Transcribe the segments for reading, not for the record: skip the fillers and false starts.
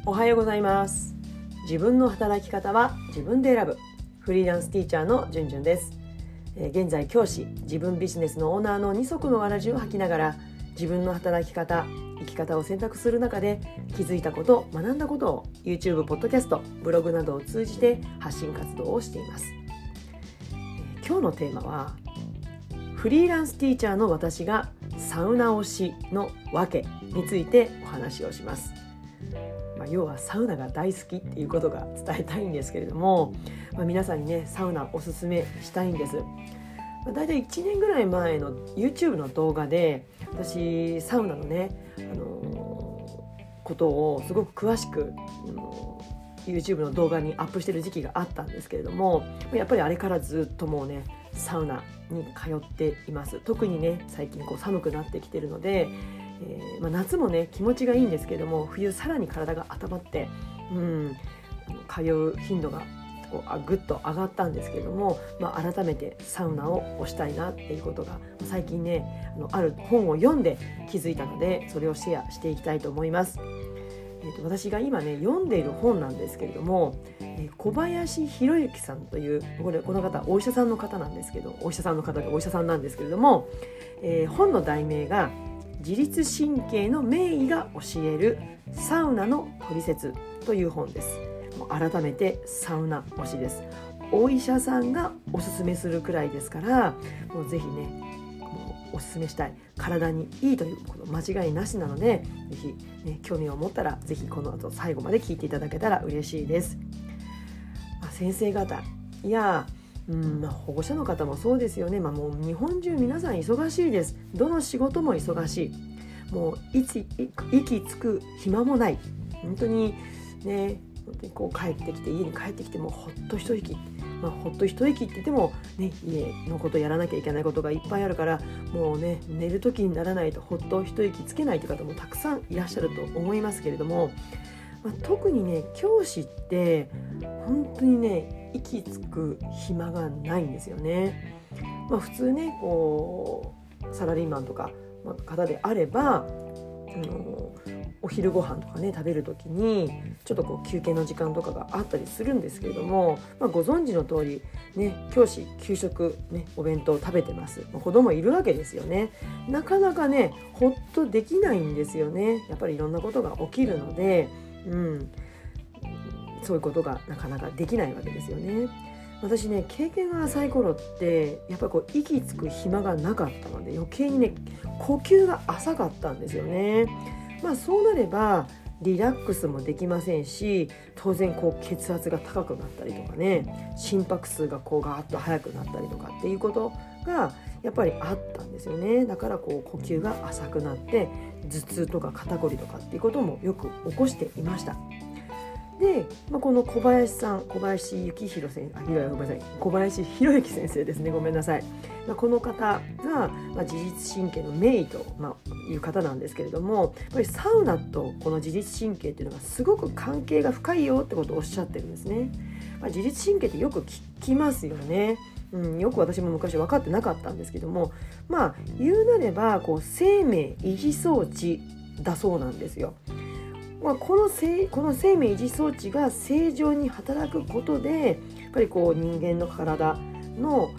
おはようございます。自分の働き方は自分で選ぶフリーランスティーチャーのじゅんじゅんです。現在教師、自分ビジネスのオーナーの二足のわらじを履きながら自分の働き方、生き方を選択する中で気づいたこと、学んだことを YouTube、ポッドキャスト、ブログなどを通じて発信活動をしています。今日のテーマはフリーランスティーチャーの私がサウナ推しの訳についてお話をします。要はサウナが大好きっていうことが伝えたいんですけれども、皆さんにねサウナおすすめしたいんです。だいたい1年ぐらい前の YouTube の動画で私サウナのね、ことをすごく詳しく、YouTube の動画にアップしてる時期があったんですけれども、やっぱりあれからずっともうねサウナに通っています。特にね最近寒くなってきてるので、夏もね気持ちがいいんですけども、冬さらに体が温まって、通う頻度がぐっと上がったんですけども、改めてサウナを推したいなっていうことが最近ねある本を読んで気づいたので、それをシェアしていきたいと思います。私が今ね読んでいる本なんですけれども、小林博之さんというこの方お医者さんの方なんですけど、お医者さんなんですけれども、本の題名が自律神経の名医が教えるサウナのトリセツという本です。もう改めてサウナ推しです。お医者さんがおすすめするくらいですから、もうぜひねもうおすすめしたい、体にいいということ間違いなしなので、ぜひ、興味を持ったらぜひこの後最後まで聞いていただけたら嬉しいです。先生方や保護者の方もそうですよね。もう日本中皆さん忙しいです。どの仕事も忙しい。もう息つく暇もない。本当にね、帰ってきて家に帰ってきてもほっと一息。ほっと一息って言ってもね、家のことやらなきゃいけないことがいっぱいあるから、もうね寝る時にならないとほっと一息つけないという方もたくさんいらっしゃると思いますけれども、特にね教師って本当にね息つく暇がないんですよね。普通ねサラリーマンとか方であればお昼ご飯とかね食べる時にちょっと休憩の時間とかがあったりするんですけれども、ご存知の通りね教師給食ねお弁当食べてます。子供いるわけですよね。なかなかねほっとできないんですよね。やっぱりいろんなことが起きるので、そういうことがなかなかできないわけですよね。私ね経験が浅い頃ってやっぱり息つく暇がなかったので余計にね呼吸が浅かったんですよね。そうなればリラックスもできませんし、当然血圧が高くなったりとかね、心拍数がガーッと速くなったりとかっていうことがやっぱりあったんですよね。だから呼吸が浅くなって頭痛とか肩こりとかっていうこともよく起こしていました。で、この小林博之先生ですね。ごめんなさい。この方が、自律神経の名医と、いう方なんですけれども、やっぱりサウナとこの自律神経っていうのがすごく関係が深いよってことをおっしゃってるんですね。自律神経ってよく聞きますよね。よく私も昔分かってなかったんですけども、言うなれば生命維持装置だそうなんですよ。この生命維持装置が正常に働くことでやっぱり人間の体の、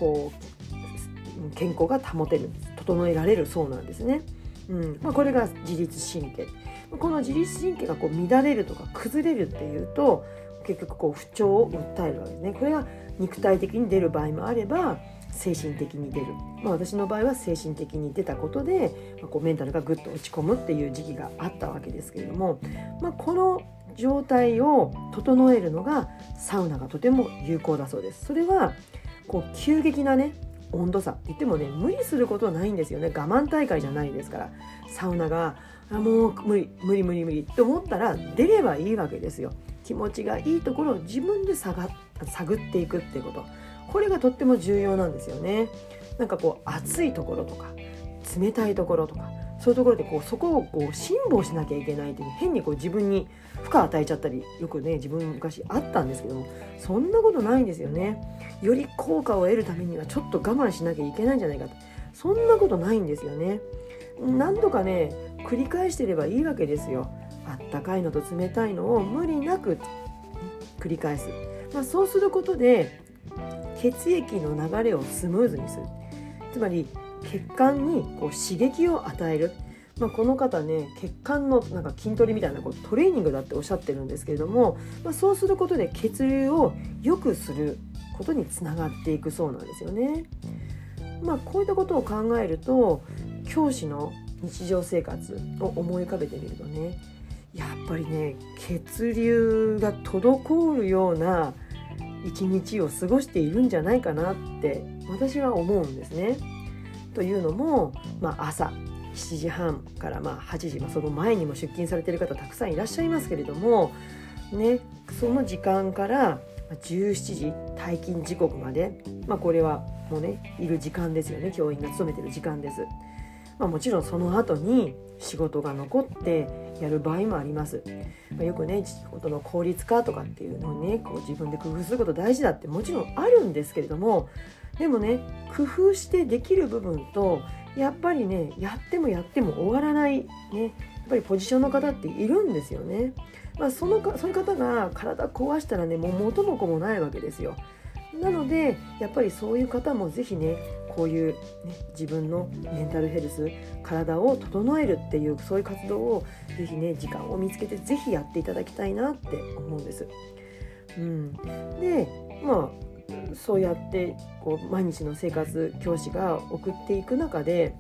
健康が整えられるそうなんですね。これが自律神経。この自律神経が乱れるとか崩れるっていうと結局不調を訴えるわけですね。これが肉体的に出る場合もあれば精神的に出る。私の場合は精神的に出たことで、メンタルがぐっと落ち込むっていう時期があったわけですけれども、この状態を整えるのがサウナがとても有効だそうです。それは急激なね温度差って言ってもね無理することはないんですよね。我慢大会じゃないですから。サウナがもう無理って思ったら出ればいいわけですよ。気持ちがいいところを自分で探っていくっていうこと、これがとっても重要なんですよね。暑いところとか冷たいところとかそういうところでそこを辛抱しなきゃいけないという変に自分に負荷与えちゃったりよくね自分昔あったんですけども、そんなことないんですよね。より効果を得るためにはちょっと我慢しなきゃいけないんじゃないかと、そんなことないんですよね。何度かね繰り返してればいいわけですよ。 あったかいのと冷たいのを無理なく繰り返す、そうすることで血液の流れをスムーズにする。つまり血管に刺激を与える。この方ね、血管の筋トレみたいなトレーニングだっておっしゃってるんですけれども、そうすることで血流を良くすることにつながっていくそうなんですよね。こういったことを考えると、教師の日常生活を思い浮かべてみるとね、やっぱりね、血流が滞るような一日を過ごしているんじゃないかなって私は思うんですね。というのも、朝7時半から8時、その前にも出勤されている方たくさんいらっしゃいますけれども、その時間から17時退勤時刻まで、これはもういる時間ですよね。教員が勤めている時間です。もちろんその後に仕事が残ってやる場合もあります。よくね、仕事の効率化とかっていうのをね、自分で工夫すること大事だってもちろんあるんですけれども、でもね、工夫してできる部分と、やっぱりね、やっても終わらないね、やっぱりポジションの方っているんですよね。そういう方が体壊したらね、もう元も子もないわけですよ。なのでやっぱりそういう方もぜひね、こういう、自分のメンタルヘルス、体を整えるっていうそういう活動をぜひね、時間を見つけてぜひやっていただきたいなって思うんです。で、そうやって毎日の生活、教師が送っていく中で、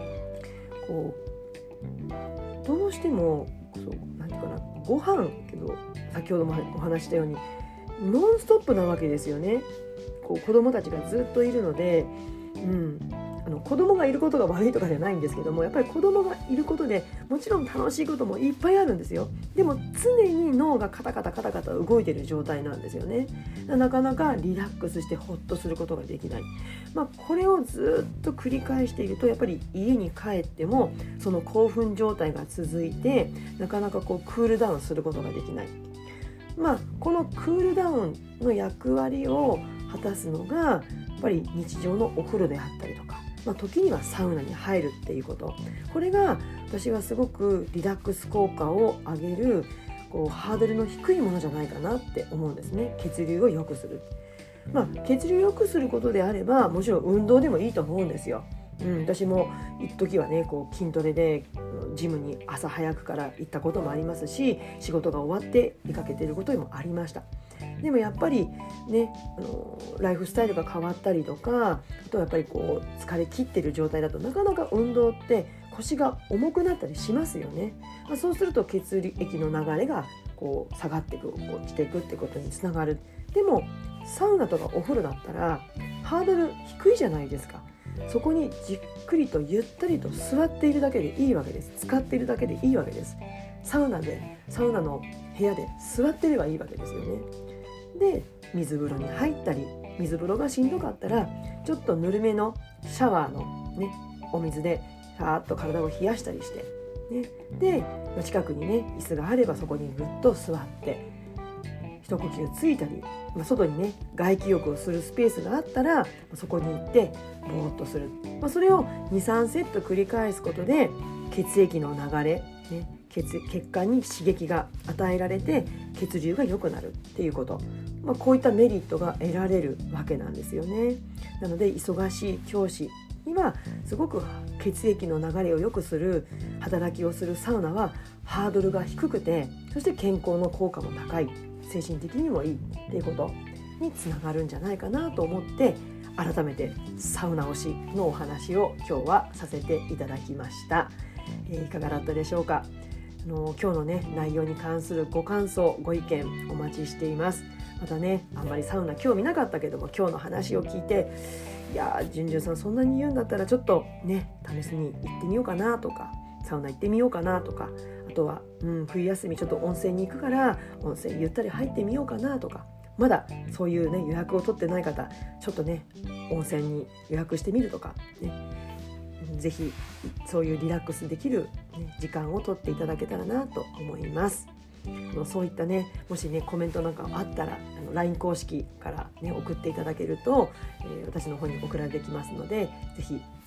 どうしてもなんていうかな、ご飯けど先ほどもお話したようにノンストップなわけですよね。子供たちがずっといるので、子供がいることが悪いとかじゃないんですけども、やっぱり子供がいることでもちろん楽しいこともいっぱいあるんですよ。でも常に脳がカタカタ動いている状態なんですよね。なかなかリラックスしてホッとすることができない。これをずっと繰り返していると、やっぱり家に帰ってもその興奮状態が続いて、なかなかクールダウンすることができない。このクールダウンの役割を果たすのがやっぱり日常のお風呂であったりとか、時にはサウナに入るっていうこと、これが私はすごくリラックス効果を上げるハードルの低いものじゃないかなって思うんですね。血流を良くする、血流を良くすることであればもちろん運動でもいいと思うんですよ。私も一時はね、筋トレでジムに朝早くから行ったこともありますし、仕事が終わって出かけていることもありました。でもやっぱりね、ライフスタイルが変わったりとか、あとはやっぱり疲れ切っている状態だとなかなか運動って腰が重くなったりしますよね。そうすると血液の流れが下がっていく、落ちていくってことにつながる。でもサウナとかお風呂だったらハードル低いじゃないですか。そこにじっくりとゆったりと座っているだけでいいわけです。使っているだけでいいわけです。サウナの部屋で座ってればいいわけですよね。で、水風呂に入ったり、水風呂がしんどかったらちょっとぬるめのシャワーのね、お水でシャーッと体を冷やしたりして、で近くにね、椅子があればそこにぐっと座って一呼吸ついたり、外にね、外気浴をするスペースがあったらそこに行ってぼーっとする。それを 2,3 セット繰り返すことで血液の流れ、血管に刺激が与えられて血流が良くなるっていうこと、こういったメリットが得られるわけなんですよね。なので忙しい教師にはすごく血液の流れを良くする働きをするサウナはハードルが低くて、そして健康の効果も高い、精神的にもいいっていうことにつながるんじゃないかなと思って、改めてサウナ推しのお話を今日はさせていただきました。いかがだったでしょうか。今日のね、内容に関するご感想、ご意見お待ちしています。またね、あんまりサウナ興味なかったけども、今日の話を聞いて、いやー、じゅんじゅんさんそんなに言うんだったらちょっとね、試しに行ってみようかなとか、サウナ行ってみようかなとか、あとは、冬休みちょっと温泉に行くから温泉ゆったり入ってみようかなとか、まだそういうね、予約を取ってない方、ちょっとね、温泉に予約してみるとかね、ぜひそういうリラックスできる、時間を取っていただけたらなと思います。そういったね、もしね、コメントなんかあったらLINE 公式からね、送っていただけると、私の方に送られてきますので、ぜひ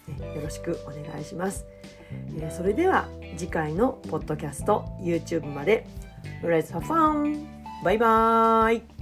よろしくお願いします。それでは次回のポッドキャスト YouTube まで Let's have fun! バイバーイ。